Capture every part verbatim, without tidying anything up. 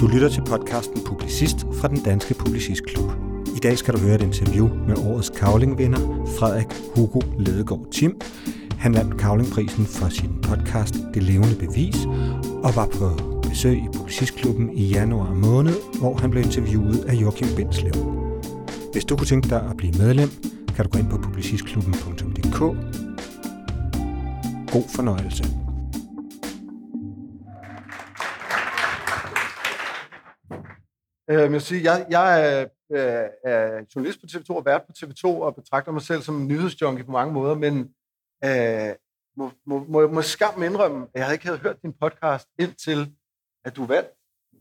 Du lytter til podcasten Publicist fra den Danske Publicistklub. I dag skal du høre et interview med årets Cavling-vinder, Frederik Hugo Ladegaard Timm. Han vandt Cavling-prisen for sin podcast Det Levende Bevis, og var på besøg i Publicistklubben i januar måned, hvor han blev interviewet af Joachim Bindslev. Hvis du kunne tænke dig at blive medlem, kan du gå ind på publicistklubben punktum d k. God fornøjelse. Jeg vil sige, jeg, jeg er, er journalist på T V to og vært på T V to og betragter mig selv som en nyhedsjunkie på mange måder, men øh, må, må, må, må skam indrømme, at jeg ikke havde hørt din podcast indtil, at du vandt.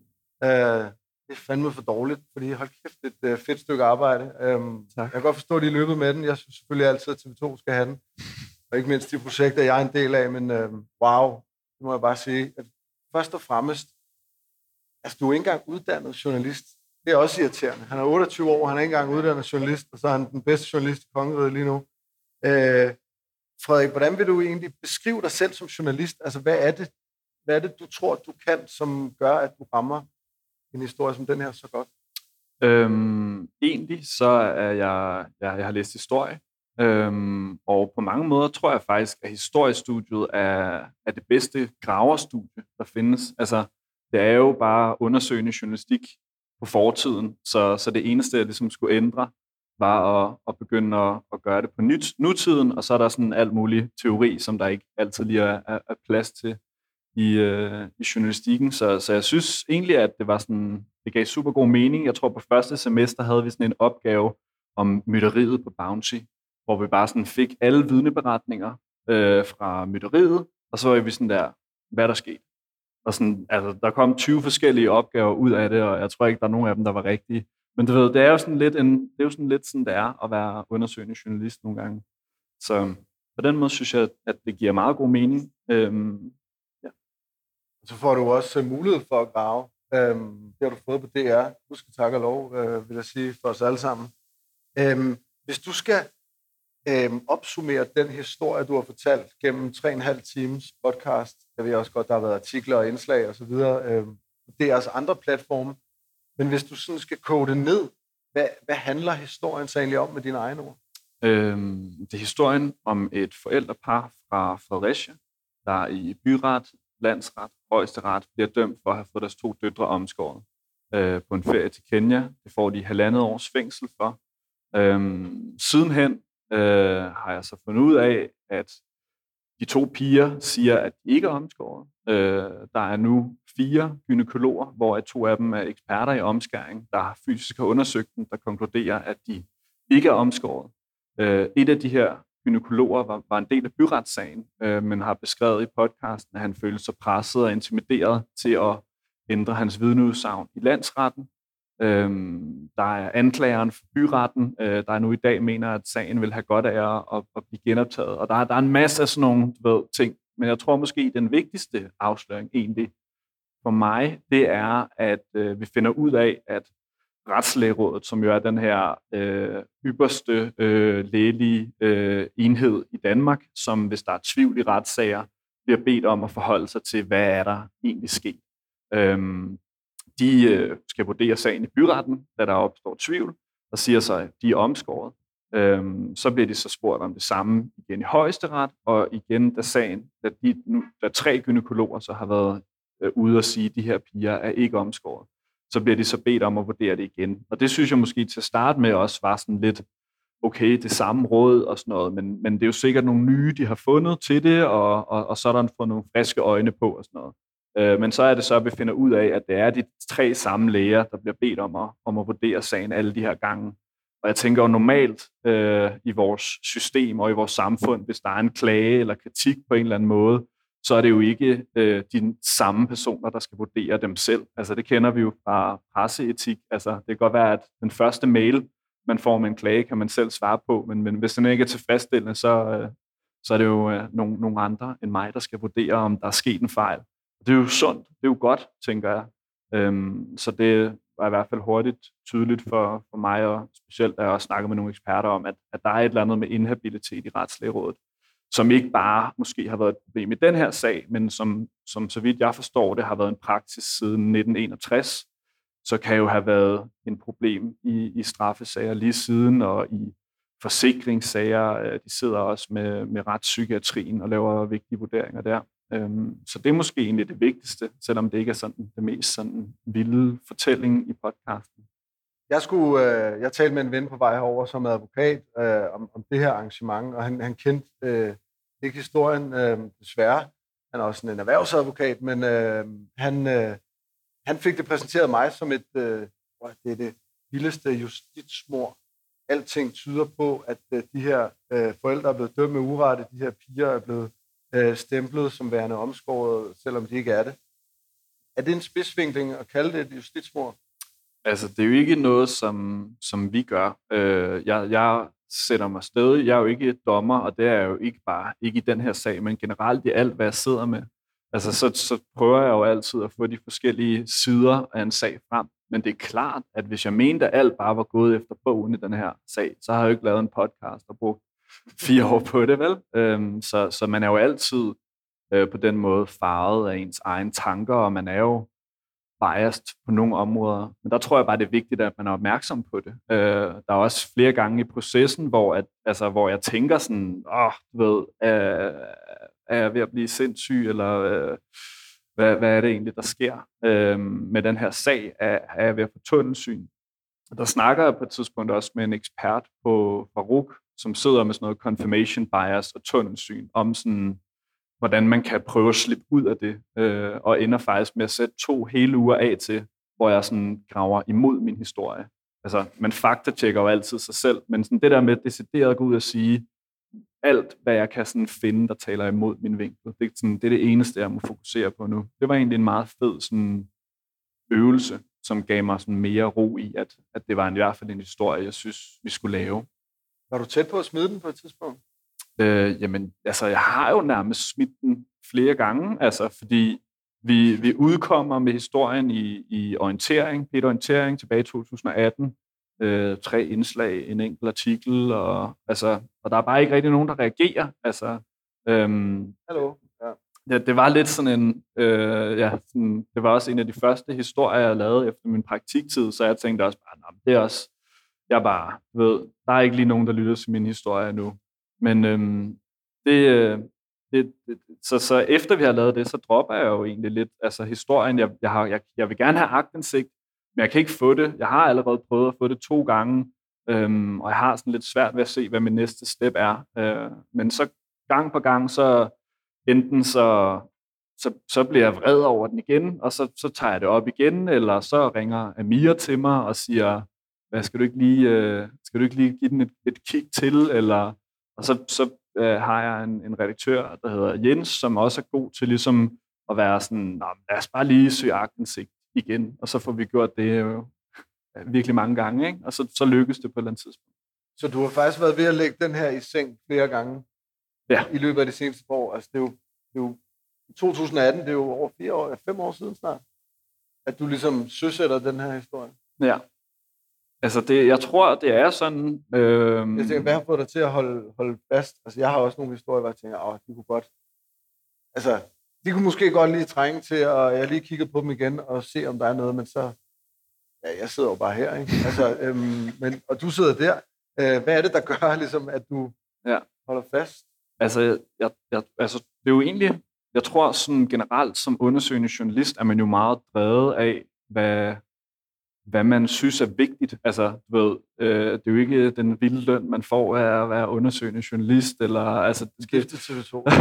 Øh, det er fandme for dårligt, fordi hold kæft, det er et fedt stykke arbejde. Øh, jeg kan godt forstå, at de er løbet med den. Jeg synes selvfølgelig altid, at T V to skal have den. Og ikke mindst de projekter, jeg er en del af, men øh, wow, det må jeg bare sige. At først og fremmest, altså, du er ikke engang uddannet journalist. Det er også irriterende. Han er otteogtyve år, han er ikke engang uddannet journalist, og så er han den bedste journalist i kongeriget lige nu. Øh, Frederik, hvordan vil du egentlig beskrive dig selv som journalist? Altså, hvad er det, hvad er det du tror, du kan, som gør, at du rammer en historie som den her så godt? Øhm, egentlig så er jeg, jeg, jeg har læst historie, øhm, og på mange måder tror jeg faktisk, at historiestudiet er, er det bedste graverstudie, der findes. Altså, det er jo bare undersøgende journalistik på fortiden, så, så det eneste, jeg ligesom skulle ændre, var at, at begynde at, at gøre det på nyt, nutiden, og så er der sådan alt mulig teori, som der ikke altid lige er, er, er plads til i, øh, i journalistikken. Så, så jeg synes egentlig, at det var sådan, det gav super god mening. Jeg tror, på første semester havde vi sådan en opgave om mytteriet på Bounty, hvor vi bare sådan fik alle vidneberetninger øh, fra mytteriet, og så var vi sådan der, hvad der skete. Og sådan, altså, der kom tyve forskellige opgaver ud af det, og jeg tror ikke, der er nogen af dem, der var rigtige. Men du ved, det er jo sådan lidt, en, det er jo sådan, lidt sådan, det er at være undersøgende journalist nogle gange. Så på den måde synes jeg, at det giver meget god mening. Øhm, ja. Så får du også mulighed for at grave. Øhm, det har du fået på D R. Du skal takke og lov, øh, vil jeg sige, for os alle sammen. Øhm, hvis du skal øhm, opsummere den historie, du har fortalt gennem tre og en halv times podcast, jeg ved også godt, der har været artikler og indslag og så videre, øhm, det er altså andre platforme, men hvis du sådan skal koge det ned, hvad, hvad handler historien så egentlig om med dine egne ord? Øhm, det er historien om et forældrepar fra Fredericia, der i byret, landsret, højesteret bliver dømt for at have fået deres to døtre omskåret øh, på en ferie til Kenya. Det får de halvandet års fængsel for. Øhm, sidenhen øh, har jeg så fundet ud af, at de to piger siger, at de ikke er omskåret. Øh, der er nu fire gynækologer, hvor to af dem er eksperter i omskæring, der fysisk har undersøgt dem, der konkluderer, at de ikke er omskåret. Øh, et af de her gynækologer var, var en del af byretssagen, øh, men har beskrevet i podcasten, at han følte sig presset og intimideret til at ændre hans vidneudsagn i landsretten. Øh, der er anklageren for byretten, øh, der nu i dag mener, at sagen vil have godt af at, at, at blive genoptaget. Og der, der er en masse af sådan nogle du ved, ting, men jeg tror måske, den vigtigste afsløring egentlig for mig, det er, at øh, vi finder ud af, at Retslægerådet, som jo er den her øh, ypperste øh, lægelige øh, enhed i Danmark, som hvis der er tvivl i retssager, bliver bedt om at forholde sig til, hvad er der egentlig sket. Øhm, de øh, skal vurdere sagen i byretten, da der opstår tvivl, og siger så, at de er omskåret. Øhm, så bliver de så spurgt om det samme igen i højesteret, og igen, da sagen, da, de, nu, da tre gynækologer så har været øh, ude og sige, at de her piger er ikke omskåret, så bliver de så bedt om at vurdere det igen. Og det synes jeg måske til at starte med også var sådan lidt, okay, det samme råd og sådan noget, men, men det er jo sikkert nogle nye, de har fundet til det, og, og, og så er der fået nogle friske øjne på og sådan noget. Øh, men så er det så, at vi finder ud af, at det er de tre samme læger, der bliver bedt om at, om at vurdere sagen alle de her gange. Og jeg tænker jo normalt øh, i vores system og i vores samfund, hvis der er en klage eller kritik på en eller anden måde, så er det jo ikke øh, de samme personer, der skal vurdere dem selv. Altså det kender vi jo fra presseetik. Altså det kan godt være, at den første mail, man får med en klage, kan man selv svare på, men, men hvis den ikke er tilfredsstillende, så, øh, så er det jo øh, nogle, nogle andre end mig, der skal vurdere, om der er sket en fejl. Og det er jo sundt, det er jo godt, tænker jeg. Øhm, så det var i hvert fald hurtigt tydeligt for, for mig, og specielt da jeg også snakker med nogle eksperter om, at, at der er et eller andet med inhabilitet i Retslægerådet, som ikke bare måske har været et problem i den her sag, men som, som så vidt jeg forstår det, har været en praksis siden nitten enogtres, så kan jo have været en problem i, i straffesager lige siden, og i forsikringssager. De sidder også med, med retspsykiatrien og laver vigtige vurderinger der. Så det er måske egentlig det vigtigste, selvom det ikke er sådan det mest sådan vilde fortælling i podcasten. Jeg skulle, øh, jeg talte med en ven på vej herover som advokat øh, om, om det her arrangement, og han, han kendte øh, ikke historien, øh, desværre. Han er også sådan en erhvervsadvokat, men øh, han, øh, han fik det præsenteret mig som et, øh, det er det vildeste justitsmord. Alting tyder på, at øh, de her øh, forældre er blevet dømt med urette, de her piger er blevet øh, stemplet som værende omskåret, selvom de ikke er det. Er det en spidsvinkling at kalde det et justitsmord? Altså, det er jo ikke noget, som, som vi gør. Øh, jeg, jeg sætter mig stadig. Jeg er jo ikke dommer, og det er jo ikke bare ikke i den her sag, men generelt i alt, hvad jeg sidder med. Altså, så, så prøver jeg jo altid at få de forskellige sider af en sag frem. Men det er klart, at hvis jeg mente, at alt bare var gået efter bogen i den her sag, så har jeg jo ikke lavet en podcast og brugt fire år på det, vel? Øhm, så, så man er jo altid øh, på den måde farvet af ens egne tanker, og man er jo biased på nogle områder. Men der tror jeg bare, det er vigtigt, at man er opmærksom på det. Øh, der er også flere gange i processen, hvor, at, altså, hvor jeg tænker sådan, åh, du ved, øh, er jeg ved at blive sindssyg, eller øh, hvad, hvad er det egentlig, der sker øh, med den her sag? Er, er jeg ved at få tunnelsyn? Der snakker jeg på et tidspunkt også med en ekspert på Farouk, som sidder med sådan noget confirmation bias og tunnelsyn, om sådan, hvordan man kan prøve at slippe ud af det, øh, og ender faktisk med at sætte to hele uger af til, hvor jeg sådan graver imod min historie. Altså, man faktatjekker jo altid sig selv, men sådan det der med decideret at gå ud og sige, alt, hvad jeg kan sådan finde, der taler imod min vinkel, det er, sådan, det er det eneste, jeg må fokusere på nu. Det var egentlig en meget fed sådan, øvelse, som gav mig sådan mere ro i, at, at det var en, i hvert fald en historie, jeg synes, vi skulle lave. Var du tæt på at smide den på et tidspunkt? Øh, jamen, altså, jeg har jo nærmest smidt den flere gange, altså, fordi vi, vi udkommer med historien i, i Orientering, P et Orientering tilbage i to tusind atten. Øh, tre indslag, en enkelt artikel, og, altså, og der er bare ikke rigtig nogen, der reagerer. Altså, øhm, Hallo. Ja. Ja, det var lidt sådan en, øh, ja, sådan, det var også en af de første historier, jeg lavede efter min praktiktid, så jeg tænkte også bare, nah, det er også, jeg bare ved, der er ikke lige nogen, der lytter til min historie nu. Men øhm, det, det, det, så, så efter vi har lavet det, så dropper jeg jo egentlig lidt, altså historien, jeg, jeg, har, jeg, jeg vil gerne have aktindsigt, men jeg kan ikke få det. Jeg har allerede prøvet at få det to gange, øhm, og jeg har sådan lidt svært ved at se, hvad min næste step er. Øh, men så gang på gang, så enten så, så, så bliver jeg vred over den igen, og så, så tager jeg det op igen, eller så ringer Amir til mig og siger, hvad, skal du ikke lige, øh, skal du ikke lige give den et, et kig til, eller, og så, så øh, har jeg en, en redaktør, der hedder Jens, som også er god til ligesom at være sådan, lad os bare lige søge aktindsigt igen, og så får vi gjort det jo virkelig mange gange, ikke? Og så, så lykkes det på et eller andet tidspunkt. Så du har faktisk været ved at lægge den her i seng flere gange? Ja. I løbet af de seneste år. Altså, det er jo, det er jo to tusind atten, det er jo over fire år, fem år siden snart, at du ligesom søsætter den her historie. Ja. Altså, det, jeg tror, det er sådan... Øh... Jeg tænker, hvad har fået dig til at holde, holde fast? Altså, jeg har også nogle historier, hvor jeg tænker, åh, de kunne godt... Altså, de kunne måske godt lige trænge til, at jeg lige kigger på dem igen og se, om der er noget, men så... Ja, jeg sidder jo bare her, ikke? Altså, øhm, men, og du sidder der. Øh, hvad er det, der gør, ligesom, at du ja. holder fast? Altså, jeg, jeg, altså, det er jo egentlig... Jeg tror sådan generelt, som undersøgende journalist, er man jo meget drevet af, hvad... hvad man synes er vigtigt. Altså, du ved, øh, det er jo ikke den vilde løn, man får af at være undersøgende journalist, eller altså... Skiftet T V to.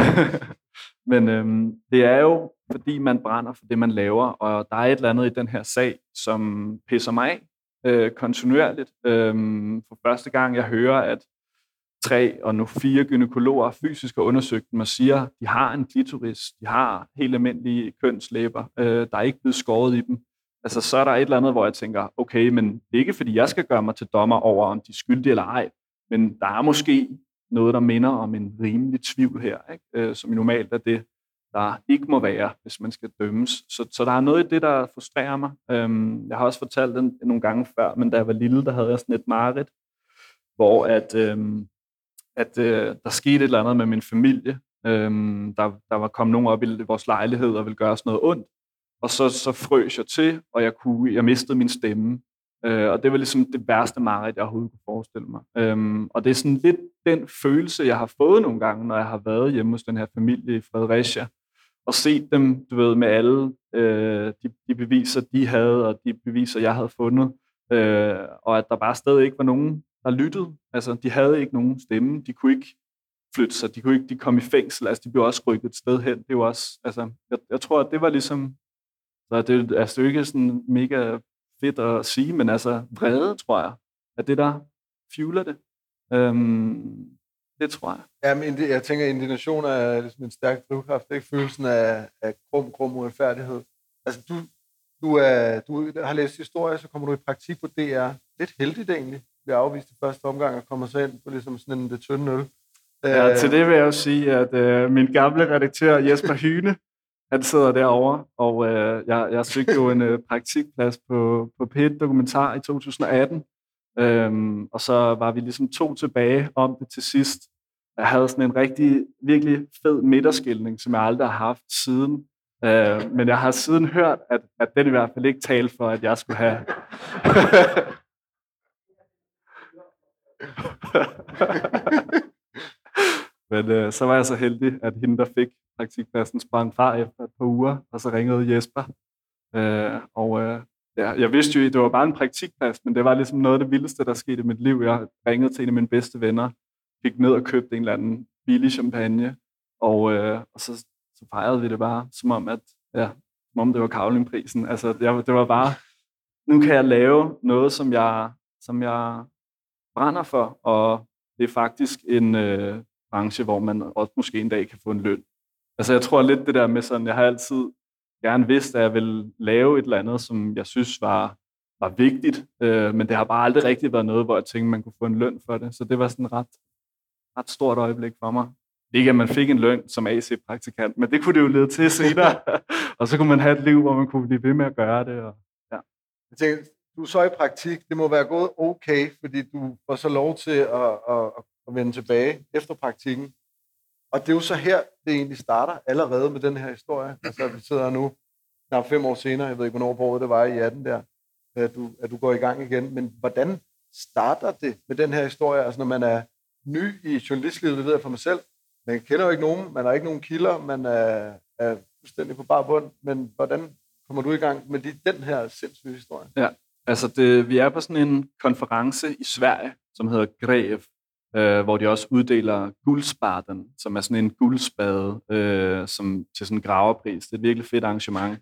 Men øhm, det er jo, fordi man brænder for det, man laver, og der er et eller andet i den her sag, som pisser mig af øh, kontinuerligt. Øhm, for første gang, jeg hører, at tre og nu fire gynækologer fysisk har undersøgt dem og siger, at de har en klitoris, de har helt almindelige kønslæber, øh, der er ikke blevet skåret i dem. Altså, så er der et eller andet, hvor jeg tænker, okay, men det er ikke, fordi jeg skal gøre mig til dommer over, om de er skyldige eller ej, men der er måske noget, der minder om en rimelig tvivl her, ikke? Øh, som normalt er det, der ikke må være, hvis man skal dømmes. Så, så der er noget i det, der frustrerer mig. Øhm, jeg har også fortalt det nogle gange før, men da jeg var lille, der havde jeg sådan et mareridt, hvor at, øhm, at øh, der skete et eller andet med min familie. Øhm, der, der var kommet nogen op i vores lejlighed og ville gøre os noget ondt. og så, så frøs jeg til, og jeg, kunne, jeg mistede min stemme. Øh, og det var ligesom det værste mareridt, jeg overhovedet kunne forestille mig. Øhm, og det er sådan lidt den følelse, jeg har fået nogle gange, når jeg har været hjemme hos den her familie i Fredericia, og set dem, du ved, med alle øh, de, de beviser, de havde, og de beviser, jeg havde fundet, øh, og at der bare stadig ikke var nogen, der lyttede. Altså, de havde ikke nogen stemme, de kunne ikke flytte sig, de kunne ikke, de kom i fængsel, altså de blev også rykket et sted hen. Det var også, altså, jeg, jeg tror, at det var ligesom, så det, altså, det er jo ikke sådan mega fedt at sige, men altså vrede, tror jeg, at det der fueler det. Øhm, det tror jeg. Ja, men jeg tænker, at indignation er ligesom en stærk drivkraft, ikke? Følelsen af, af grum, grum uretfærdighed. Altså, du, du, er, du har læst historie, så kommer du i praktik på D R. Lidt heldigt egentlig. Vi afvist i første omgang og kommer så ind på ligesom sådan en det tynde øl. Ja, til det vil jeg jo sige, at øh, min gamle redaktør Jesper Hyne, han sidder derovre, og øh, jeg, jeg søgte jo en øh, praktikplads på, på P et Dokumentar i to tusind og atten, øhm, og så var vi ligesom to tilbage om det til sidst. Jeg havde sådan en rigtig, virkelig fed midterskilning, som jeg aldrig har haft siden, øh, men jeg har siden hørt, at, at den i hvert fald ikke talte for, at jeg skulle have... Men øh, så var jeg så heldig, at hende, der fik praktikpladsen, sprang fra efter et par uger, og så ringede Jesper. Øh, og øh, ja, jeg vidste jo, at det var bare en praktikplads, men det var ligesom noget af det vildeste, der skete i mit liv. Jeg ringede til en af mine bedste venner, gik ned og købte en eller anden billig champagne, og, øh, og så, så fejrede vi det bare, som om, at, ja, som om det var Cavlingprisen. Altså, jeg, det var bare, nu kan jeg lave noget, som jeg, som jeg brænder for, og det er faktisk en... Øh, branche, hvor man også måske en dag kan få en løn. Altså jeg tror lidt det der med sådan, jeg har altid gerne vidst, at jeg ville lave et eller andet, som jeg synes var, var vigtigt, øh, men det har bare aldrig rigtig været noget, hvor jeg tænkte, man kunne få en løn for det. Så det var sådan et ret, ret stort øjeblik for mig. Ikke at man fik en løn som A C-praktikant, men det kunne det jo lede til senere. Og så kunne man have et liv, hvor man kunne blive ved med at gøre det. Og, ja. Jeg tænker, du er så i praktik, det må være gået okay, fordi du får så lov til at, at, at vende tilbage efter praktikken. Og det er jo så her, det egentlig starter allerede med den her historie. Altså, vi sidder nu snart fem år senere, jeg ved ikke, hvornår på året det var i atten der, at du, at du går i gang igen. Men hvordan starter det med den her historie? Altså, når man er ny i journalistlivet, det ved jeg for mig selv, man kender jo ikke nogen, man har ikke nogen kilder, man er, er fuldstændig på bar bund, men hvordan kommer du i gang med de, den her sindssyge historie? Ja, altså det, vi er på sådan en konference i Sverige, som hedder Grev, øh, hvor de også uddeler Guldspaden, som er sådan en guldspade øh, som, til sådan en graverpris. Det er et virkelig fedt arrangement.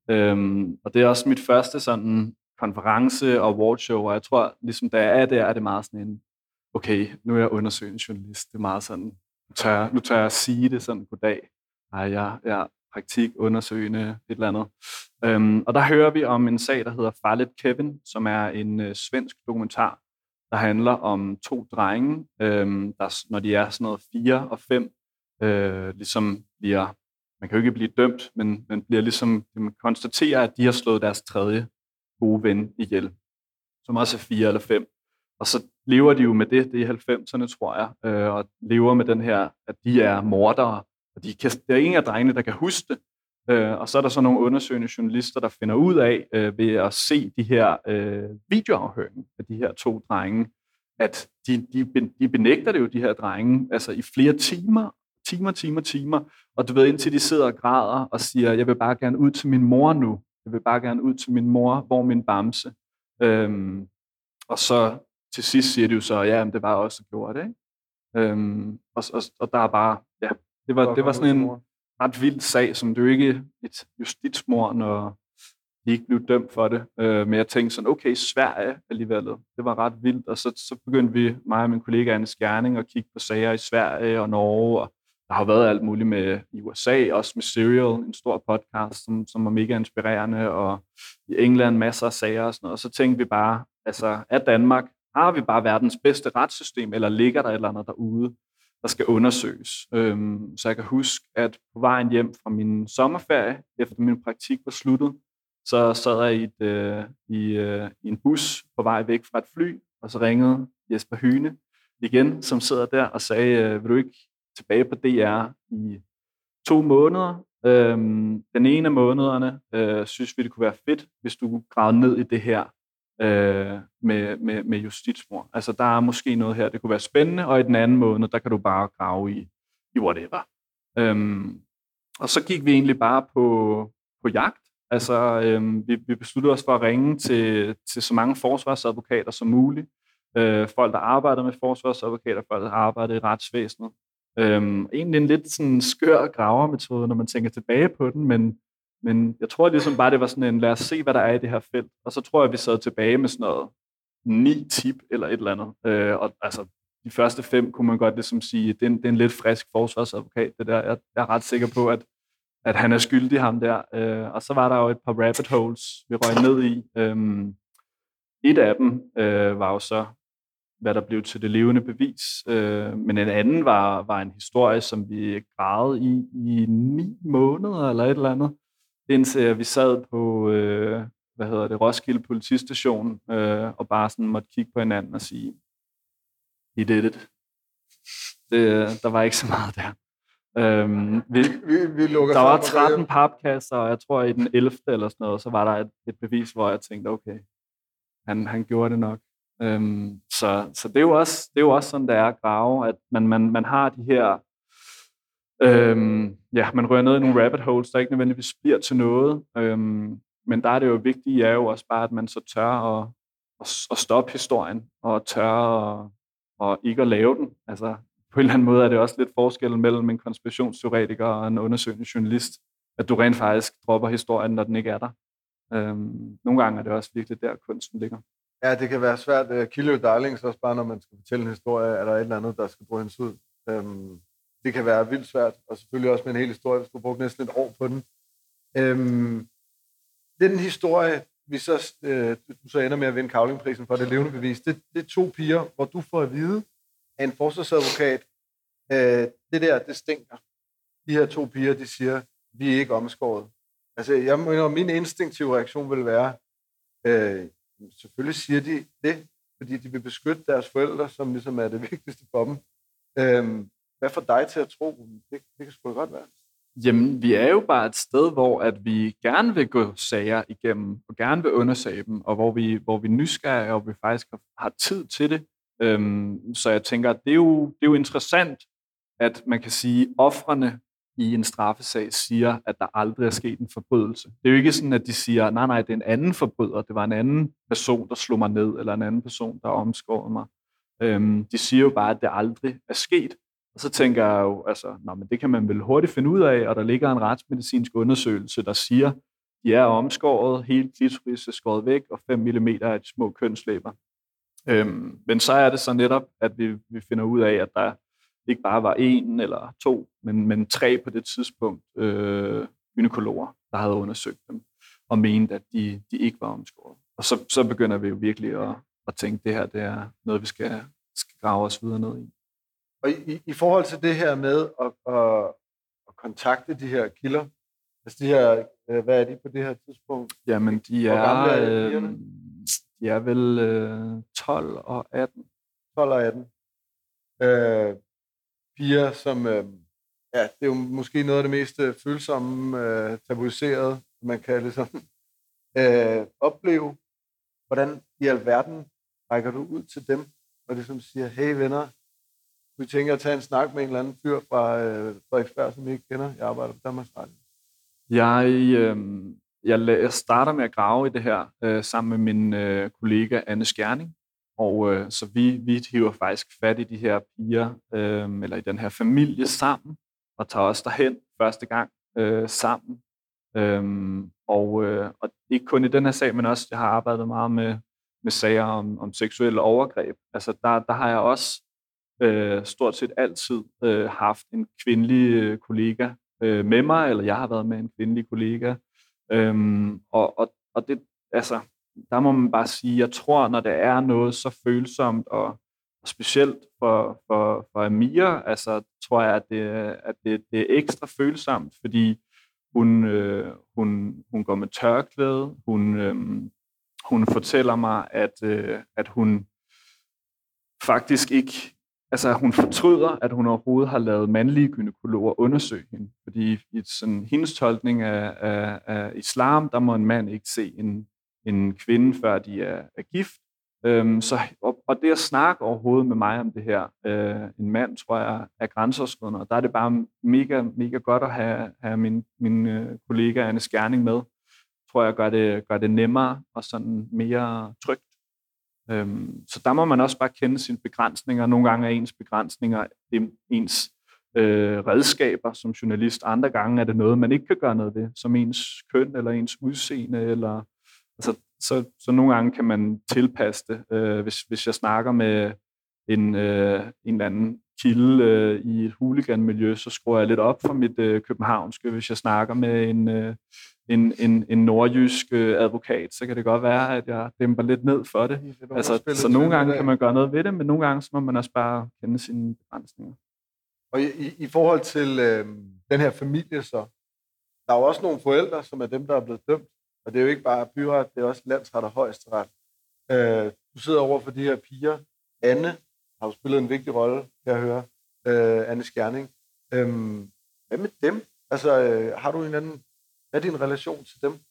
Øhm, og det er også mit første sådan konference og awardshow, og jeg tror, ligesom da jeg er der, er det meget sådan en, okay, nu er jeg undersøgende journalist. Det er meget sådan, nu tør, nu tør jeg at sige det sådan, goddag. Ej, jeg er praktik, undersøgende, et eller andet. Øhm, og der hører vi om en sag, der hedder Fallet Kevin, som er en øh, svensk dokumentar, der handler om to drenge, øhm, der, når de er sådan noget fire og fem, øh, ligesom bliver, man kan jo ikke blive dømt, men man bliver ligesom, man konstaterer, at de har slået deres tredje gode ven ihjel, som også er fire eller fem. Og så lever de jo med det, det er i halvfemserne, tror jeg, øh, og lever med den her, at de er mordere, og de kan, der er ingen af drengene, der kan huske det. Øh, og så er der så nogle undersøgende journalister, der finder ud af, øh, ved at se de her øh, videoafhøringer af de her to drenge, at de, de, de benægter det jo, de her drenge, altså i flere timer, timer, timer, timer, og du ved, indtil de sidder og græder og siger, jeg vil bare gerne ud til min mor nu, jeg vil bare gerne ud til min mor, hvor min bamse. Øhm, og så til sidst siger de jo så, ja, men det var også gjort det, ikke? Øhm, og, og, og der er bare, ja, det var, det var sådan en ret vild sag, som det jo ikke et justitsmord, når de ikke blev dømt for det. Øh, men jeg tænkte sådan, okay, Sverige alligevel, det var ret vildt, og så, så begyndte vi, mig og min kollega Anne Skjerning, at kigge på sager i Sverige og Norge, og der har været alt muligt med i U S A, også med Serial, en stor podcast, som, som var mega inspirerende, og i England masser af sager og sådan noget. Og så tænkte vi bare, altså, er Danmark, har vi bare verdens bedste retssystem, eller ligger der et eller andet derude, der skal undersøges? Øhm, så jeg kan huske, at på vejen hjem fra min sommerferie, efter min praktik var sluttet, så sad jeg i, et, øh, i, øh, i en bus på vej væk fra et fly, og så ringede Jesper Hyne igen, som sidder der og sagde, øh, vil du ikke tilbage på D R i to måneder, Øhm, den ene af månederne øh, synes vi, det kunne være fedt, hvis du gravede ned i det her øh, med, med, med justitsmord. Altså, der er måske noget her, det kunne være spændende, og i den anden måned, der kan du bare grave i, i whatever. Øhm, og så gik vi egentlig bare på, på jagt. Altså, øhm, vi, vi besluttede os for at ringe til, til så mange forsvarsadvokater som muligt. Øh, folk, der arbejder med forsvarsadvokater, folk, der arbejder i retsvæsenet. Øhm, egentlig en lidt sådan skør gravermetode, når man tænker tilbage på den, men, men jeg tror ligesom bare, det var sådan en, lad os se, hvad der er i det her felt. Og så tror jeg, vi sad tilbage med sådan noget ni tip eller et eller andet. Øh, og altså, de første fem kunne man godt ligesom sige, det er en, det er en lidt frisk forsvarsadvokat, det der. Jeg, jeg er ret sikker på, at, at han er skyldig, ham der. Øh, og så var der jo et par rabbit holes, vi røg ned i. Øhm, et af dem øh, var jo så, hvad der blev til det levende bevis. Øh, men en anden var, var en historie, som vi gravede i i ni måneder eller et eller andet. Indtil vi sad på, øh, hvad hedder det, Roskilde politistation, øh, og bare sådan måtte kigge på hinanden og sige, he did it. Det, der var ikke så meget der. Øhm, vi, vi, vi lukker der var tretten papkasser, og jeg tror i den ellevte eller sådan noget, så var der et, et bevis, hvor jeg tænkte, okay, han, han gjorde det nok. Øhm, så så det, er jo også, det er jo også sådan, der er at grave, at man, man, man har de her, øhm, ja, man rører ned i nogle rabbit holes, der ikke nødvendigvis bliver til noget, øhm, men der er det jo vigtigt, er jo også bare, at man så tør at, at, at stoppe historien, og tør at, og ikke at lave den. Altså, på en eller anden måde er det også lidt forskellen mellem en konspirationsteoretiker og en undersøgende journalist, at du rent faktisk dropper historien, når den ikke er der. Øhm, nogle gange er det også virkelig der, kunsten ligger. Ja, det kan være svært. Uh, kill your darlings, også bare når man skal fortælle en historie, er der et eller andet, der skal bruges ud. Um, det kan være vildt svært, og selvfølgelig også med en hel historie, hvis du har brugt næsten et år på den. Um, den historie, vi så, uh, du så ender med at vinde Cavlingprisen for det levende bevis, det, det er to piger, hvor du får at vide af en forsvarsadvokat, uh, det der, det stinker. De her to piger, de siger, vi er ikke omskåret. Altså, jeg mener, min instinktive reaktion vil være, uh, selvfølgelig siger de det, fordi de vil beskytte deres forældre, som ligesom er det vigtigste for dem. Øhm, hvad får dig til at tro? Det, det kan sgu godt være. Jamen, vi er jo bare et sted, hvor at vi gerne vil gå sager igennem, og gerne vil undersøge dem, og hvor vi, hvor vi er nysgerrige, og vi faktisk har, har tid til det. Øhm, så jeg tænker, at det er, jo, det er jo interessant, at man kan sige, at ofrene i en straffesag siger, at der aldrig er sket en forbrydelse. Det er jo ikke sådan, at de siger, nej, nej, det er en anden forbryder, det var en anden person, der slog mig ned, eller en anden person, der omskårede mig. Øhm, de siger jo bare, at det aldrig er sket. Og så tænker jeg jo, altså, nå, men det kan man vel hurtigt finde ud af, og der ligger en retsmedicinsk undersøgelse, der siger, at de er omskåret, hele klitoris er skåret væk, og fem millimeter af de små kønslæber. Øhm, men så er det så netop, at vi, vi finder ud af, at der ikke bare var en eller to, men, men tre på det tidspunkt øh, gynækologer, der havde undersøgt dem, og mente, at de, de ikke var omskåret. Og så, så begynder vi jo virkelig at, at tænke, at det her det er noget, vi skal, skal grave os videre ned i. Og i, i forhold til det her med at, at, at kontakte de her kilder, altså de her, hvad er de på det her tidspunkt? Jamen, de er, er øh, de er vel øh, tolv og atten. tolv og atten. Øh, piger, som, øh, ja, det er jo måske noget af det mest følsomme, øh, tabuiserede, man kan ligesom øh, opleve. Hvordan i alverden rækker du ud til dem, og ligesom siger, hey venner, vi tænker at tage en snak med en eller anden fyr fra øh, Frederiksberg, som I ikke kender. Jeg arbejder på Danmarks Radio. Jeg, øh, jeg, jeg starter med at grave i det her, øh, sammen med min øh, kollega Anne Skjerning. Og øh, så vi, vi hiver faktisk fat i de her piger, øh, eller i den her familie sammen, og tager os derhen første gang øh, sammen. Øhm, og, øh, og ikke kun i den her sag, men også, jeg har arbejdet meget med, med sager om, om seksuelle overgreb. Altså der, der har jeg også øh, stort set altid øh, haft en kvindelig øh, kollega øh, med mig, eller jeg har været med en kvindelig kollega. Øhm, og, og, og det, altså, der må man bare sige, jeg tror, når det er noget så følsomt, og, og specielt for, for, for Amira, altså tror jeg, at det, at det, det er ekstra følsomt, fordi hun, øh, hun, hun går med tørklæde, hun, øh, hun fortæller mig, at, øh, at hun faktisk ikke altså, hun fortryder, at hun overhovedet har lavet mandlige gynækologer undersøge hende. Fordi i sådan, hendes tolkning af, af, af islam, der må en mand ikke se en, en kvinde, før de er, er gift. Øhm, så, og, og det at snakke overhovedet med mig om det her, øh, en mand, tror jeg, er grænseoverskridende. Og der er det bare mega, mega godt at have, have min, min øh, kollega Anne Skjerning med. Tror jeg gør det, gør det nemmere og sådan mere trygt. Øhm, så der må man også bare kende sine begrænsninger. Nogle gange er ens begrænsninger ens øh, redskaber som journalist. Andre gange er det noget, man ikke kan gøre noget ved, som ens køn eller ens udseende. Eller, altså, så, så nogle gange kan man tilpasse det. Øh, hvis, hvis jeg snakker med en, øh, en eller anden kilde øh, i et hooligan-miljø, så skruer jeg lidt op for mit øh, københavnske. Hvis jeg snakker med en, øh, en, en, en nordjysk øh, advokat, så kan det godt være, at jeg dæmper lidt ned for det. det altså, så nogle gange kan man gøre noget ved det, men nogle gange så må man også bare kende sine begrænsninger. Og i, i forhold til øh, den her familie så, der er jo også nogle forældre, som er dem, der er blevet dømt. Og det er jo ikke bare byret, det er også landsret og højesteret. Øh, du sidder over for de her piger. Anne har jo spillet en vigtig rolle, kan jeg høre. Øh, Anne Skjerning. Øh, hvad med dem? Altså, øh, har du en anden... Hvad er din relation til dem?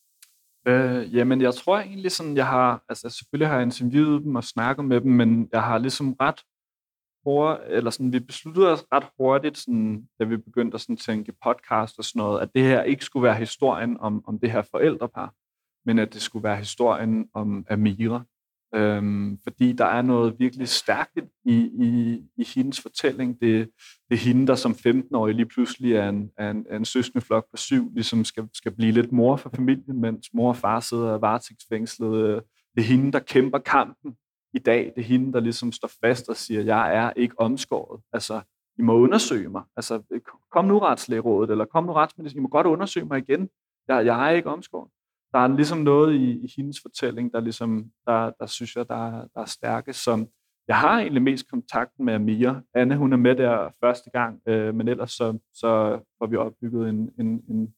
Øh, jamen, jeg tror egentlig sådan, jeg har... Altså, selvfølgelig har jeg interviewet dem og snakket med dem, men jeg har ligesom ret hurtigt... Eller sådan, vi besluttede os ret hurtigt, sådan, da vi begyndte at sådan, tænke podcast og sådan noget, at det her ikke skulle være historien om, om det her forældrepar, men at det skulle være historien om Amira. Øhm, fordi der er noget virkelig stærkt i, i, i hendes fortælling. Det, det er hende, der som femten-årig lige pludselig er en, er en, er en søskendeflok på syv, ligesom skal, skal blive lidt mor for familien, mens mor og far sidder varetægtsfængslet. Det er hende, der kæmper kampen i dag. Det er hende, der ligesom står fast og siger, jeg er ikke omskåret. Altså, I må undersøge mig. Altså, kom nu retslægerådet, eller kom nu retsmedicin. I må godt undersøge mig igen. Jeg, jeg er ikke omskåret. Der er ligesom noget i, i hendes fortælling, der, ligesom, der, der synes jeg, der, der er stærke. Som jeg har egentlig mest kontakt med Amira. Anne, hun er med der første gang, øh, men ellers så, så får vi opbygget en, en, en,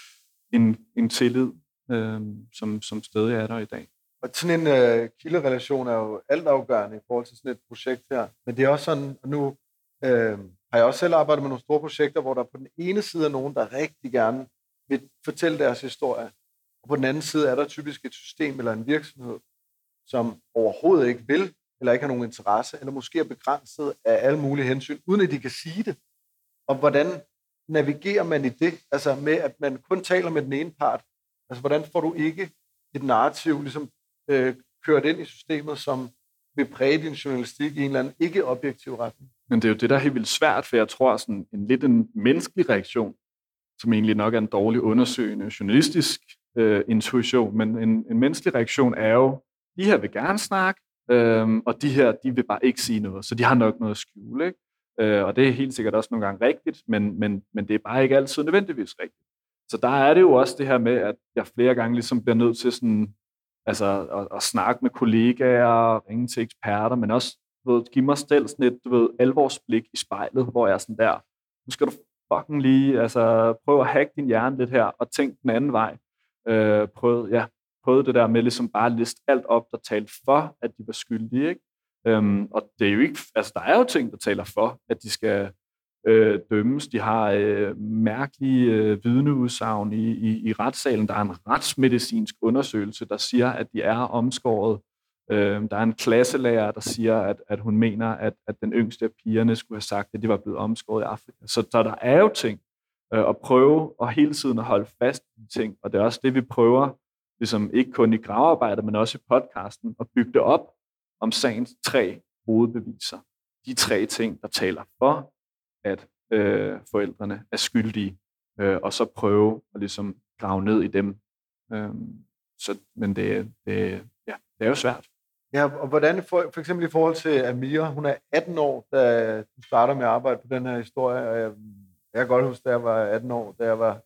en, en tillid, øh, som, som stadig er der i dag. Og sådan en øh, kilderelation er jo altafgørende i forhold til sådan et projekt her. Men det er også sådan, og nu øh, har jeg også selv arbejdet med nogle store projekter, hvor der på den ene side er nogen, der rigtig gerne vil fortælle deres historie. Og på den anden side er der typisk et system eller en virksomhed, som overhovedet ikke vil, eller ikke har nogen interesse, eller måske er begrænset af alle mulige hensyn, uden at de kan sige det. Og hvordan navigerer man i det? Altså med, at man kun taler med den ene part. Altså hvordan får du ikke et narrativ ligesom øh, kørt ind i systemet, som vil præge din journalistik i en eller anden ikke-objektiv retning? Men det er jo det, der er helt vildt svært, for jeg tror, sådan en lidt en menneskelig reaktion, som egentlig nok er en dårlig undersøgende journalistisk øh, intuition, men en, en menneskelig reaktion er jo, de her vil gerne snakke, øh, og de her, de vil bare ikke sige noget, så de har nok noget at skjule, ikke? Øh, og det er helt sikkert også nogle gange rigtigt, men, men, men det er bare ikke altid nødvendigvis rigtigt. Så der er det jo også det her med, at jeg flere gange ligesom bliver nødt til sådan, altså at, at snakke med kollegaer, ringe til eksperter, men også du ved, give mig selv sådan et du ved, alvorsblik i spejlet, hvor jeg er sådan der, nu skal du fucking lige altså, prøve at hacke din hjerne lidt her, og tænke den anden vej. Øh, prøv, ja, prøvede det der med ligesom bare at liste alt op, der talte for, at de var skyldige, ikke? Øhm, og det er jo ikke, altså der er jo ting, der taler for, at de skal øh, dømmes. De har øh, mærkelige øh, vidneudsagn i, i, i retssalen. Der er en retsmedicinsk undersøgelse, der siger, at de er omskåret. Øh, der er en klasselærer, der siger, at, at hun mener, at, at den yngste af pigerne skulle have sagt, at de var blevet omskåret i Afrika. Så der, der er jo ting øh, at prøve og hele tiden at holde fast i de ting, og det er også det, vi prøver, ligesom ikke kun i gravearbejdet, men også i podcasten, at bygge det op om sagens tre hovedbeviser. De tre ting, der taler for, at øh, forældrene er skyldige, øh, og så prøve at ligesom grave ned i dem. Øh, så, men det, det, ja, det er jo svært. Ja, og hvordan for, for eksempel i forhold til Amira, hun er atten år, da du starter med at arbejde på den her historie, og jeg, jeg kan godt huske, da jeg var atten år, da jeg var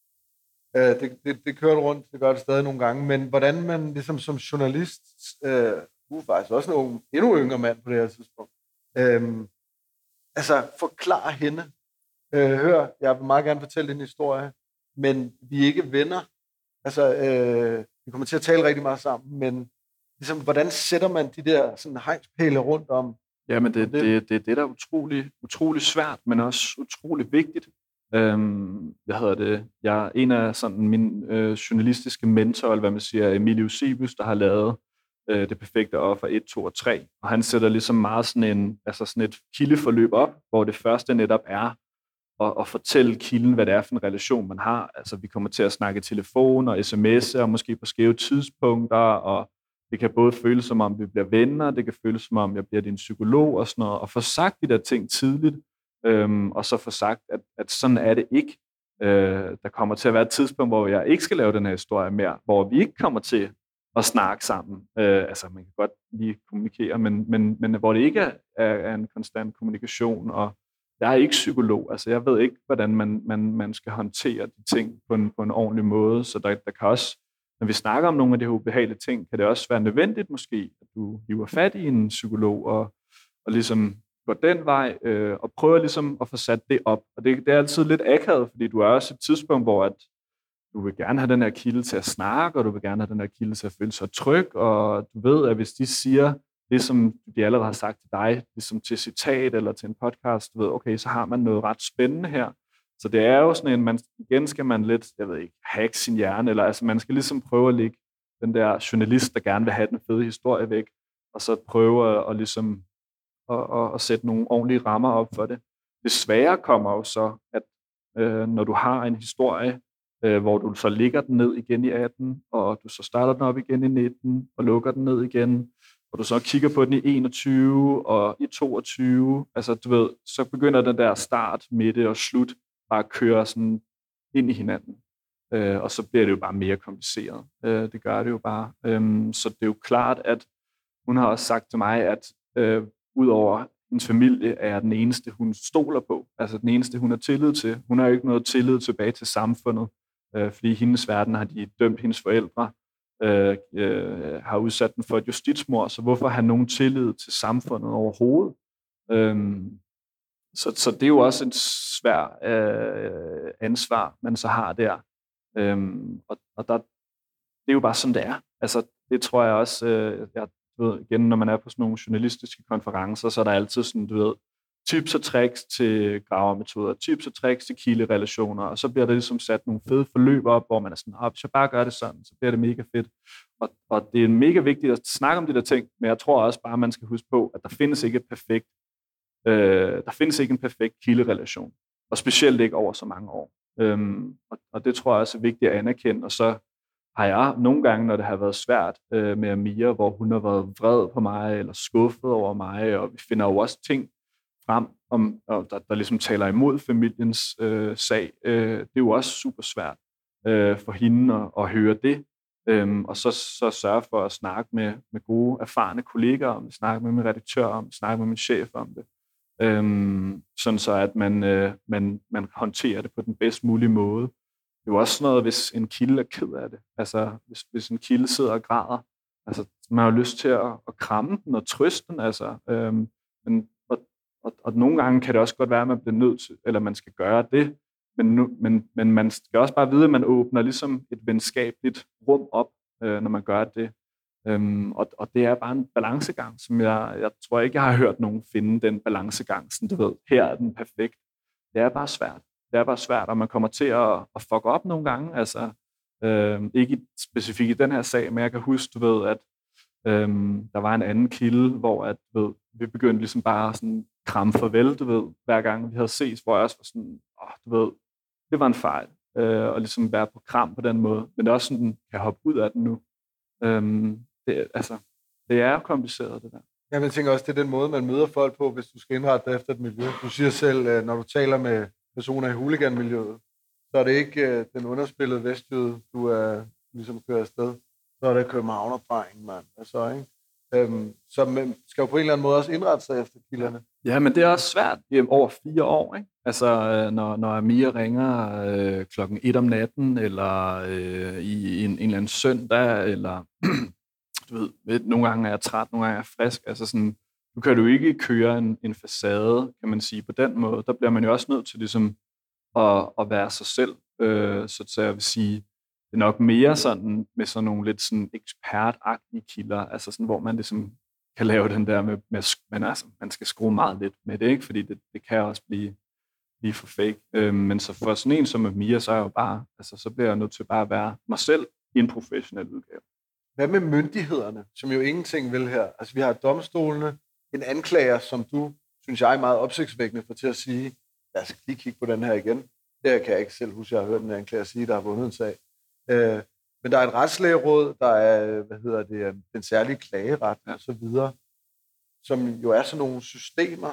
øh, det, det, det kørte rundt, det gør det stadig nogle gange, men hvordan man ligesom som journalist, øh, du er faktisk også en endnu yngre mand på det her tidspunkt, øh, altså forklare hende, øh, hør, jeg vil meget gerne fortælle din historie, men vi er ikke venner, altså øh, vi kommer til at tale rigtig meget sammen, men ligesom, hvordan sætter man de der sådan hegnspæle rundt om, Ja, men det, det, det, det, det der er utrolig, utrolig svært, men også utrolig vigtigt. Øhm, hvad hedder det? Jeg er en af sådan min øh, journalistiske mentor, eller hvad man siger, Emil Eusebius, der har lavet øh, Det perfekte offer et, to og tre. Og han sætter ligesom meget sådan, en, altså sådan et kildeforløb op, hvor det første netop er at, at fortælle kilden, hvad det er for en relation, man har. Altså vi kommer til at snakke telefon og sms'er, og måske på skæve tidspunkter, og det kan både føles som om, vi bliver venner, det kan føles som om, jeg bliver din psykolog og sådan noget, og få sagt de der ting tidligt, øhm, og så få sagt, at, at sådan er det ikke. Øh, der kommer til at være et tidspunkt, hvor jeg ikke skal lave den her historie mere, hvor vi ikke kommer til at snakke sammen. Øh, altså, man kan godt lige kommunikere, men, men, men hvor det ikke er, er en konstant kommunikation, og jeg er ikke psykolog, altså jeg ved ikke, hvordan man, man, man skal håndtere de ting på en, på en ordentlig måde, så der, der kan også, når vi snakker om nogle af de her ubehagelige ting, kan det også være nødvendigt måske, at du hiver fat i en psykolog og, og ligesom går den vej øh, og prøver ligesom at få sat det op. Og det, det er altid lidt akavet, fordi du er også et tidspunkt, hvor at du vil gerne have den her kilde til at snakke, og du vil gerne have den her kilde til at føle sig tryg, og du ved, at hvis de siger det, som de allerede har sagt til dig, ligesom til citat eller til en podcast, du ved, okay, så har man noget ret spændende her. Så det er jo sådan en, man, igen skal man lidt, jeg ved ikke, hack sin hjerne, eller altså man skal ligesom prøve at lægge den der journalist, der gerne vil have den fede historie væk, og så prøve at, at ligesom at, at, at sætte nogle ordentlige rammer op for det. Det svære kommer jo så, at øh, når du har en historie, øh, hvor du så ligger den ned igen i atten, og du så starter den op igen i nitten, og lukker den ned igen, og du så kigger på den i enogtyve og i toogtyve, altså du ved, så begynder den der start, midte og slut bare at køre sådan ind i hinanden. Øh, og så bliver det jo bare mere kompliceret. Øh, det gør det jo bare. Øh, så det er jo klart, at hun har også sagt til mig, at øh, udover hendes familie er jeg den eneste, hun stoler på. Altså den eneste, hun har tillid til. Hun har jo ikke noget tillid tilbage til samfundet, øh, fordi i hendes verden har de dømt hendes forældre, øh, øh, har udsat den for et justitsmord, så hvorfor have nogen tillid til samfundet overhovedet? Øh, Så, så det er jo også et svært øh, ansvar, man så har der. Øhm, og og der, det er jo bare sådan, det er. Altså, det tror jeg også, øh, jeg ved, igen, når man er på sådan nogle journalistiske konferencer, så er der altid sådan, du ved, tips og tricks til gravermetoder, tips og tricks til kilderelationer, og så bliver der ligesom sat nogle fede forløb op, hvor man er sådan, ah, hvis jeg bare gør det sådan, så bliver det mega fedt. Og, og det er mega vigtigt at snakke om de der ting, men jeg tror også bare, man skal huske på, at der findes ikke et perfekt Øh, der findes ikke en perfekt kilderelation, og specielt ikke over så mange år. Øhm, og, og det tror jeg også er vigtigt at anerkende, og så har jeg nogle gange, når det har været svært øh, med Amira, hvor hun har været vred på mig, eller skuffet over mig, og vi finder jo også ting frem, om, og der, der ligesom taler imod familiens øh, sag. Øh, det er jo også super svært øh, for hende at, at høre det, øhm, og så, så sørge for at snakke med, med gode, erfarne kollegaer om det, snakke med min redaktør om det, snakke med min chef om det. Øhm, sådan så at man, øh, man, man håndterer det på den bedst mulige måde. Det er jo også sådan noget, hvis en kilde er ked af det. Altså, hvis, hvis en kilde sidder og græder, altså, man har jo lyst til at, at kramme den og trøste den, altså. Øhm, men, og, og, og nogle gange kan det også godt være, at man bliver nødt til, eller man skal gøre det, men, nu, men, men man skal også bare vide, at man åbner ligesom et venskabeligt rum op, øh, når man gør det. Øhm, og, og det er bare en balancegang, som jeg, jeg tror ikke, jeg har hørt nogen finde den balancegang, sådan du ved, her er den perfekt. Det er bare svært. Det er bare svært, og man kommer til at, at fuck op nogle gange, altså øhm, ikke specifikt i den her sag, men jeg kan huske, du ved, at øhm, der var en anden kilde, hvor at, du ved, vi begyndte ligesom bare sådan kramme farvel, du ved, hver gang vi havde ses, hvor jeg også var sådan, åh, du ved, det var en fejl, øh, og ligesom være på kram på den måde, men det er også sådan, kan hoppe ud af den nu. Øhm, det, altså, det er kompliceret, det der. Ja, jeg tænker også, det er den måde, man møder folk på, hvis du skal indrette dig efter et miljø. Du siger selv, når du taler med personer i hooligan-miljøet, så er det ikke den underspillede vestjyde, du er ligesom kører afsted. Så er det københavnerdreng, mand. Altså, ikke? Øhm, så man skal jo på en eller anden måde også indrette sig efter kilderne. Ja, men det er også svært over fire år, ikke? Altså, når, når Amira ringer øh, klokken et om natten, eller øh, i en, en eller anden søndag, eller du ved, nogle gange er jeg træt, nogle gange er jeg frisk. Altså sådan, du kan jo ikke køre en, en facade, kan man sige, på den måde. Der bliver man jo også nødt til ligesom at, at være sig selv. Øh, så, så jeg vil sige, det er nok mere sådan med sådan nogle lidt sådan ekspertagtige kilder, altså sådan, hvor man ligesom kan lave den der med, med men altså, man skal skrue meget lidt med det, ikke? Fordi det, det kan også blive, blive for fake. Øhm, men så for sådan en som Mia, så er jeg jo bare, altså, så bliver jeg nødt til bare at være mig selv i en professionel udgave. Hvad med myndighederne, som jo ingenting vil her? Altså, vi har domstolene, en anklager, som du, synes jeg, er meget opsigtsvækkende for til at sige, lad os lige kigge på den her igen. Det kan jeg ikke selv huske, jeg har hørt en anklager sige, der har vundet en sag. Øh, men der er et retslægeråd, der er, hvad hedder det, den særlige klageret og så videre, som jo er sådan nogle systemer,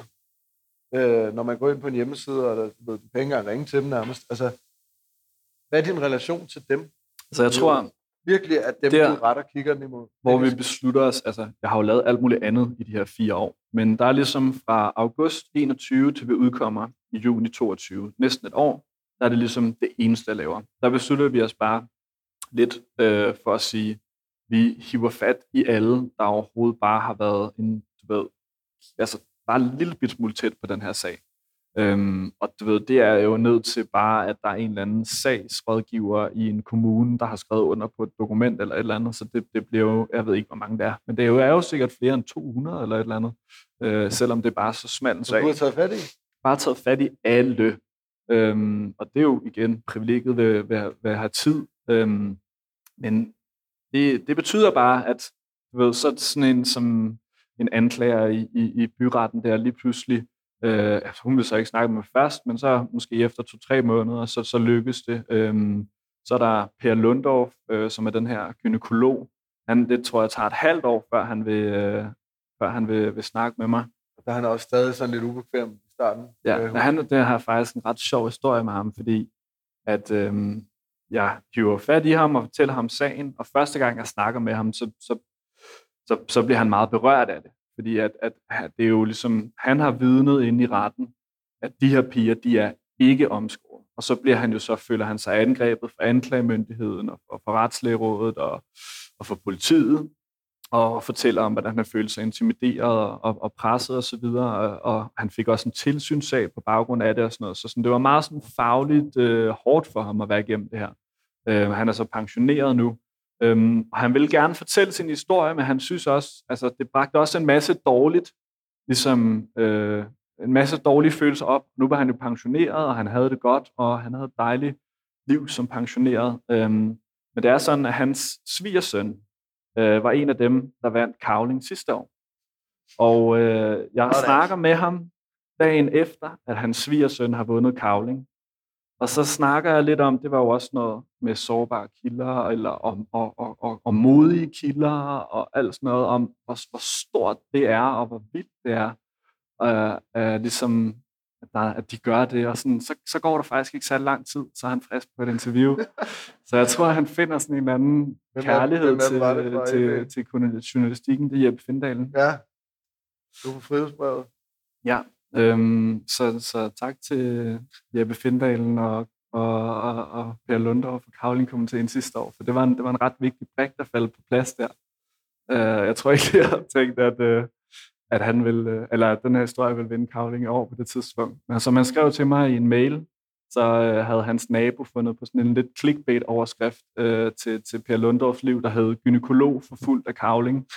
øh, når man går ind på en hjemmeside, og der, ved, du kan ikke engang ringe til dem nærmest. Altså, hvad er din relation til dem? Altså, jeg tror virkelig, at dem, der, du retter kiggerne imod. Hvor vi beslutter os, altså, jeg har jo lavet alt muligt andet i de her fire år, men der er ligesom fra august enogtyve til vi udkommer i juni toogtyve, næsten et år, der er det ligesom det eneste, jeg laver. Der beslutter vi os bare lidt øh, for at sige, vi hiver fat i alle, der overhovedet bare har været en, du ved, altså bare en lille bit smule tæt på den her sag. Øhm, og du ved, det er jo nødt til bare, at der er en eller anden sagsrådgiver i en kommune, der har skrevet under på et dokument eller et eller andet, så det, det bliver jo, jeg ved ikke, hvor mange det er, men det er jo, er jo sikkert flere end to hundrede eller et eller andet, øh, selvom det er bare så smalt en sag. Du har taget fat i? Bare taget fat i alle. Øhm, og det er jo igen privilegiet ved, ved, ved at have tid. Øhm, men det, det betyder bare, at du ved, så sådan en som en anklager i, i, i byretten der lige pludselig, øh, hun vil så ikke snakke med først, men så måske efter to-tre måneder, så, så lykkes det. Øhm, så er der Per Lundorf, øh, som er den her gynekolog. Han, det tror jeg tager et halvt år, før han vil, øh, før han vil, vil snakke med mig. Der er han også stadig sådan lidt ubekvem i starten. Ja, øh, han, det har faktisk en ret sjov historie med ham, fordi at øhm, jeg hiver fat i ham og fortæller ham sagen, og første gang jeg snakker med ham, så, så, så, så bliver han meget berørt af det. Fordi at, at, at det er jo ligesom, han har vidnet inde i retten, at de her piger, de er ikke omskåret. Og så bliver han jo så, føler han sig angrebet for anklagemyndigheden og for, for retslægerådet og, og for politiet, og fortæller om, hvordan han følte sig intimideret og, og presset osv. Og, og han fik også en tilsynssag på baggrund af det og sådan noget. Så sådan, det var meget sådan fagligt øh, hårdt for ham at være igennem det her. Øh, han er så pensioneret nu. Øhm, og han ville gerne fortælle sin historie, men han synes også, altså det bragte også en masse dårligt, ligesom øh, en masse dårlige følelser op. Nu var han jo pensioneret, og han havde det godt, og han havde et dejligt liv som pensioneret. Øhm, men det er sådan, at hans svigersøn øh, var en af dem, der vandt Cavling sidste år. Og øh, jeg snakker med ham dagen efter, at hans svigersøn har vundet Cavling. Og så snakker jeg lidt om, det var jo også noget med sårbare kilder, eller om og, og, og, og modige kilder, og alt sådan noget om, hvor, hvor stort det er, og hvor vildt det er, øh, øh, ligesom, at, der, at de gør det. Og sådan, så, så går der faktisk ikke så lang tid, så er han frisk på et interview. Så jeg tror, at han finder sådan en anden kærlighed til, til, til, til journalistikken, det er Jeppe Findalen. Ja, du er på frihedsbrevet. Ja. Øhm, så, så tak til Jeppe Findalen og, og, og, og Per Lundorf og Cavling-komiteen sidste år, for det var en, det var en ret vigtig brik, der faldt på plads der. Uh, jeg tror ikke, jeg havde tænkt, at, uh, at, han ville, uh, eller at den her historie ville vinde Cavling i år på det tidspunkt. Men altså, man skrev til mig i en mail, så uh, havde hans nabo fundet på sådan en lidt clickbait-overskrift uh, til, til Per Lundorfs liv, der hed gynekolog forfulgt af Cavling.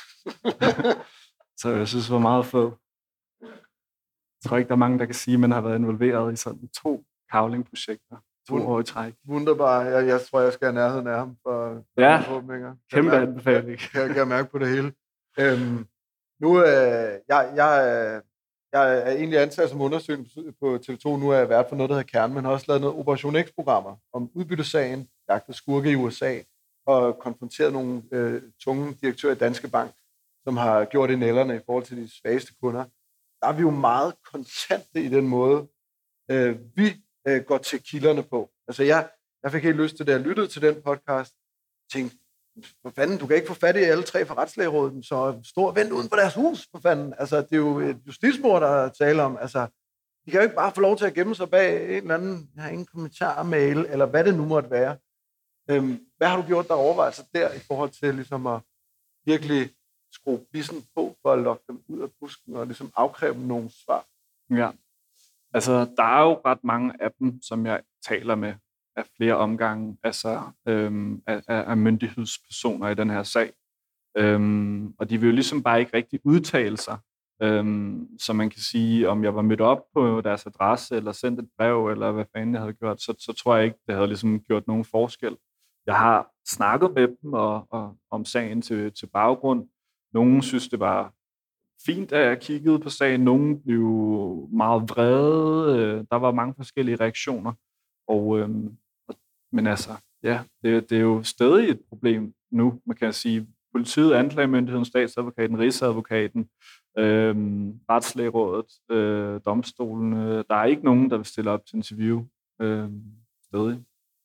Så jeg synes, det var meget fedt. Jeg tror ikke, der er mange, der kan sige, at man har været involveret i sådan to Cavling-projekter. To Wund- år i træk. Wunderbar. Jeg, jeg tror, jeg skal have nærheden af ham for ja, forhåbninger. Kæmpe anbefaling. Jeg kan, kan mærke på det hele. Øhm, nu, øh, jeg, jeg, jeg er egentlig ansat som undersøgende på T V to. Nu er jeg vært for noget, der hedder Kern, men har også lavet noget Operation X-programmer om udbyttesagen, jagtet skurke i U S A, og konfronteret nogle øh, tunge direktører i Danske Bank, som har gjort det i nælderne i forhold til de svageste kunder. Der er vi jo meget kontante i den måde, øh, vi øh, går til kilderne på. Altså jeg, jeg fik helt lyst til det, jeg lyttede til den podcast, tænkte, for fanden, du kan ikke få fat i alle tre fra retslægerådet, så stor vent uden for deres hus, for fanden. Altså det er jo et justitsmord, der taler om. Altså, de kan jo ikke bare få lov til at gemme sig bag en eller anden, jeg har ingen kommentar, mail, eller hvad det nu måtte være. Øhm, hvad har du gjort der overvejelser der, i forhold til ligesom at virkelig skrue bissen på, for at lokke dem ud af busken, og ligesom afkræve dem nogle svar? Ja, altså der er jo ret mange af dem, som jeg taler med af flere omgange, altså øhm, af, af myndighedspersoner i den her sag. Øhm, og de vil jo ligesom bare ikke rigtig udtale sig. Øhm, så man kan sige, om jeg var mødt op på deres adresse, eller sendt et brev, eller hvad fanden jeg havde gjort, så, så tror jeg ikke, det havde ligesom gjort nogen forskel. Jeg har snakket med dem og, og, om sagen til, til baggrund. Nogle synes, det var fint, at jeg kiggede på sagen. Nogle blev meget vrede. Der var mange forskellige reaktioner. Og, øhm, men altså, ja, det, det er jo stadig et problem nu. Man kan sige, politiet, anklagemyndigheden, statsadvokaten, rigsadvokaten, øhm, retslægerådet, øh, domstolen. Der er ikke nogen, der vil stille op til interview øh, stadig.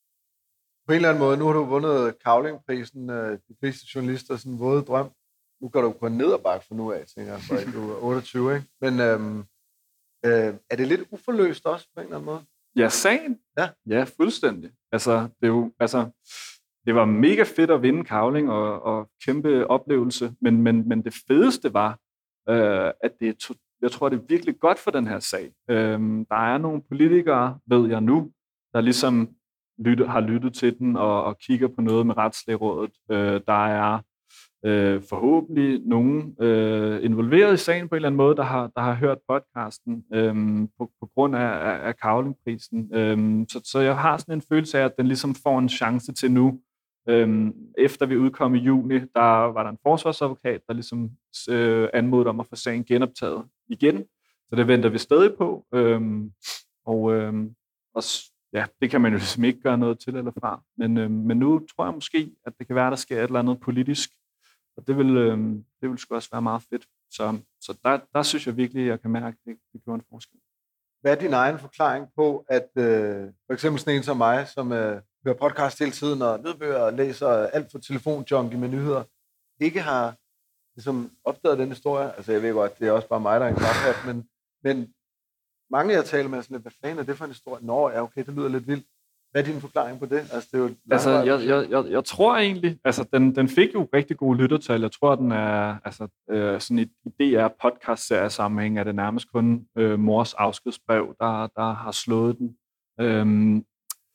På en eller anden måde, nu har du vundet Cavlingprisen, øh, de fleste journalister, sådan en våde drøm. Nu går du på en nederbakke for nu af, tænker jeg, for du er otteogtyve, ikke? Men øhm, øh, er det lidt uforløst også på en eller anden måde? Ja, sagen? Ja. Ja, fuldstændig. Altså, det er jo, altså, det var mega fedt at vinde Cavling og, og kæmpe oplevelse, men, men, men det fedeste var, øh, at det to, jeg tror, det er virkelig godt for den her sag. Øh, der er nogle politikere, ved jeg nu, der ligesom lytte, har lyttet til den og, og kigger på noget med retslægerådet. Øh, der er øh, forhåbentlig nogen øh, involveret i sagen på en eller anden måde, der har, der har hørt podcasten øh, på, på grund af, af, af Cavlingprisen. Øh, så, så jeg har sådan en følelse af, at den ligesom får en chance til nu. Øh, efter vi udkom i juni, der var der en forsvarsadvokat, der ligesom øh, anmodede om at få sagen genoptaget igen. Så det venter vi stadig på. Øh, og, øh, og ja, det kan man jo ligesom ikke gøre noget til eller fra. Men, øh, men nu tror jeg måske, at det kan være, at der sker et eller andet politisk. Og det vil, øh, det vil sgu også være meget fedt. Så, så der, der synes jeg virkelig, at jeg kan mærke, at det, det gjorde en forskel. Hvad er din egen forklaring på, at øh, for eksempel sådan en som mig, som øh, hører podcast hele tiden og lydbøger og læser alt for telefonjunkie med nyheder, ikke har ligesom opdaget den historie? Altså jeg ved godt, det er også bare mig, der er en klaphat, men, men mange jeg taler med sådan lidt, hvad fanden er det for en historie? Nå, ja, okay, det lyder lidt vildt. Hvad er din forklaring på det? Altså, det er jo altså jeg, jeg, jeg, jeg tror egentlig, altså den, den fik jo rigtig gode lyttertal. Jeg tror, den er altså, øh, sådan et D R-podcast-serie sammenhæng, er det nærmest kun øh, mors afskedsbrev, der, der har slået den. Øhm,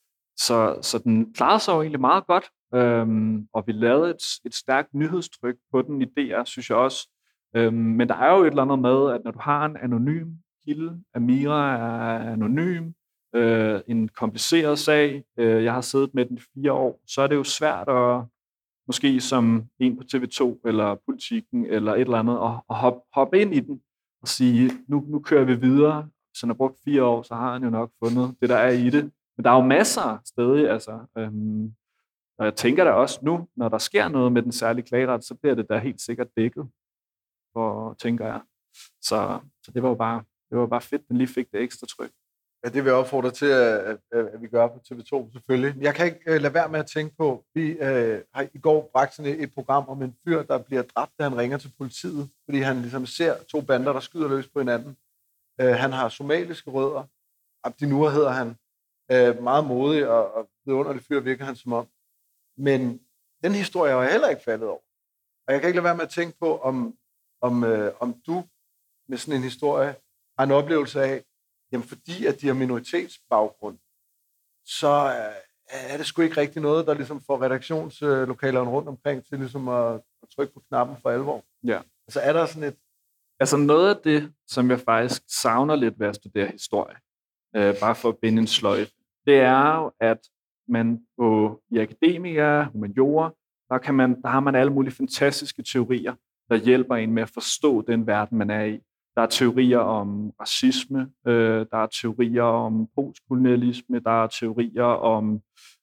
så, så den klarede sig jo egentlig meget godt, øhm, og vi lavede et, et stærkt nyhedstryk på den i D R, synes jeg også. Øhm, men der er jo et eller andet med, at når du har en anonym kilde, Amira er anonym, Øh, en kompliceret sag, øh, jeg har siddet med den i fire år, så er det jo svært at, måske som en på T V to, eller Politikken, eller et eller andet, at, at hoppe, hoppe ind i den, og sige, nu, nu kører vi videre. Så han har brugt fire år, så har han jo nok fundet det, der er i det. Men der er jo masser stadig, altså. Øhm, og jeg tænker da også nu, når der sker noget med den særlige klageret, så bliver det da helt sikkert dækket, for, tænker jeg. Så, så det var jo bare, det var bare fedt, den lige fik det ekstra tryk. Ja, det vil jeg opfordre til, at, at, at vi gør på T V to selvfølgelig. Jeg kan ikke uh, lade være med at tænke på, vi uh, har i går bragt sådan et, et program om en fyr, der bliver dræbt, da han ringer til politiet, fordi han ligesom ser to bander, der skyder løs på hinanden. Uh, han har somaliske rødder. Abdinur hedder han. Uh, meget modig og, og vidunderlig fyr virker han som om. Men den historie har jeg heller ikke faldet over. Og jeg kan ikke lade være med at tænke på, om, om, uh, om du med sådan en historie har en oplevelse af, jamen fordi at de har minoritetsbaggrund, så er det sgu ikke rigtig noget, der ligesom får redaktionslokalerne rundt omkring til ligesom at, at trykke på knappen for alvor. Ja. Altså er der sådan et... Altså noget af det, som jeg faktisk savner lidt ved at studere historie, øh, bare for at binde en sløjfe, det er jo, at man på i akademia, humaniora, der, kan man, der har man alle mulige fantastiske teorier, der hjælper en med at forstå den verden, man er i. Der er teorier om racisme, øh, der er teorier om postkolonialisme, der er teorier om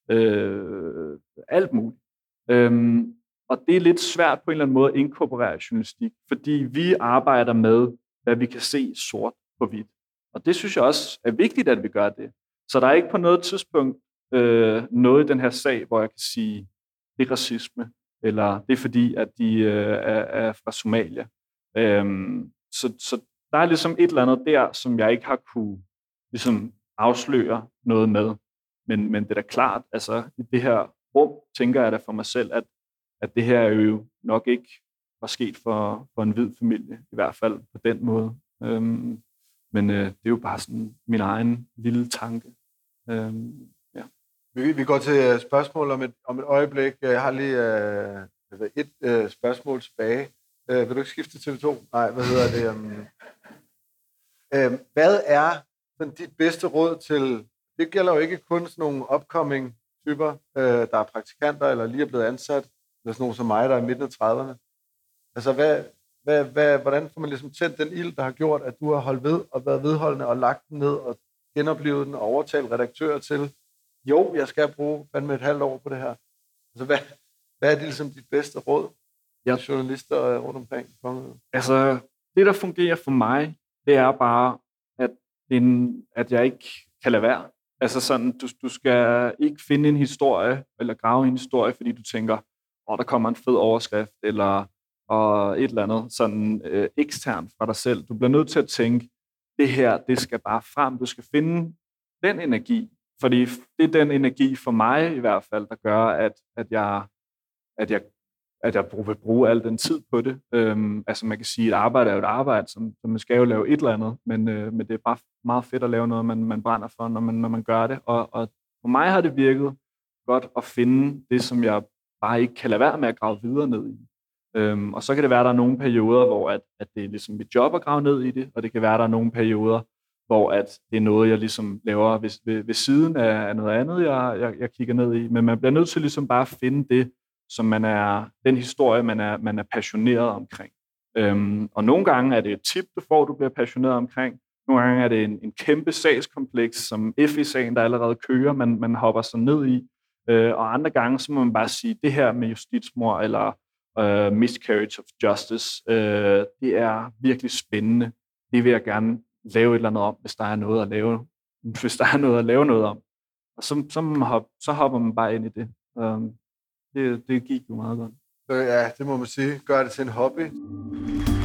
øh, alt muligt. Øhm, og det er lidt svært på en eller anden måde at inkorporere journalistik, fordi vi arbejder med, hvad vi kan se sort på hvidt. Og det synes jeg også er vigtigt, at vi gør det. Så der er ikke på noget tidspunkt øh, noget i den her sag, hvor jeg kan sige, det er racisme, eller det er fordi, at de øh, er, er fra Somalia. Øhm, Så, så der er ligesom et eller andet der, som jeg ikke har kunne ligesom afsløre noget med. Men, men det er da klart, altså i det her rum, tænker jeg da for mig selv, at, at det her er jo nok ikke var sket for, for en hvid familie, i hvert fald på den måde. Øhm, men øh, det er jo bare sådan min egen lille tanke. Øhm, ja. Vi, vi går til spørgsmål om et, om et øjeblik. Jeg har lige uh, altså et øh, spørgsmål tilbage. Øh, vil du ikke skifte til T V to? Nej, hvad hedder det? Um, øh, hvad er sådan, dit bedste råd til, det gælder jo ikke kun sådan nogle upcoming typer, øh, der er praktikanter eller lige er blevet ansat, eller sådan nogle som mig, der er i midten af trediverne. Altså, hvad, hvad, hvad, hvordan får man ligesom tændt den ild, der har gjort, at du har holdt ved og været vedholdende og lagt den ned og genoplevet den og overtalt redaktører til, jo, jeg skal bruge fandme et halvt år på det her. Altså, hvad, hvad er det ligesom dit bedste råd ja. til journalister rundt omkring? Altså, det der fungerer for mig, det er bare, at, en, at jeg ikke kan lade være. Altså sådan, du, du skal ikke finde en historie, eller grave en historie, fordi du tænker, åh, oh, der kommer en fed overskrift, eller og et eller andet sådan øh, ekstern fra dig selv. Du bliver nødt til at tænke, det her, det skal bare frem. Du skal finde den energi, fordi det er den energi for mig i hvert fald, der gør, at, at, jeg, at, jeg, at jeg vil bruge al den tid på det. Øhm, altså man kan sige, at arbejde er jo et arbejde, som, som man skal jo lave et eller andet, men, øh, men det er bare meget fedt at lave noget, man, man brænder for, når man, når man gør det. Og, og for mig har det virket godt at finde det, som jeg bare ikke kan lade være med at grave videre ned i. Øhm, og så kan det være, at der er nogle perioder, hvor at, at det er ligesom mit job at grave ned i det, og det kan være, at der er nogle perioder, hvor at det er noget, jeg ligesom laver ved, ved, ved siden af noget andet, jeg, jeg, jeg kigger ned i. Men man bliver nødt til ligesom bare at finde det, som man er, den historie, man er, man er passioneret omkring. Øhm, og nogle gange er det et tip, du får, du bliver passioneret omkring. Nogle gange er det en, en kæmpe sagskompleks, som F I-sagen, der allerede kører, man, man hopper sig ned i. Øh, og andre gange, så må man bare sige, det her med justitsmord, eller Uh, miscarriage of justice, uh, det er virkelig spændende. Det vil jeg gerne lave et eller andet om, hvis der er noget at lave, hvis der er noget at lave noget om. Og så, så, hop, så hopper man bare ind i det. Um, det. Det gik jo meget godt. Ja, det må man sige. Gør det til en hobby.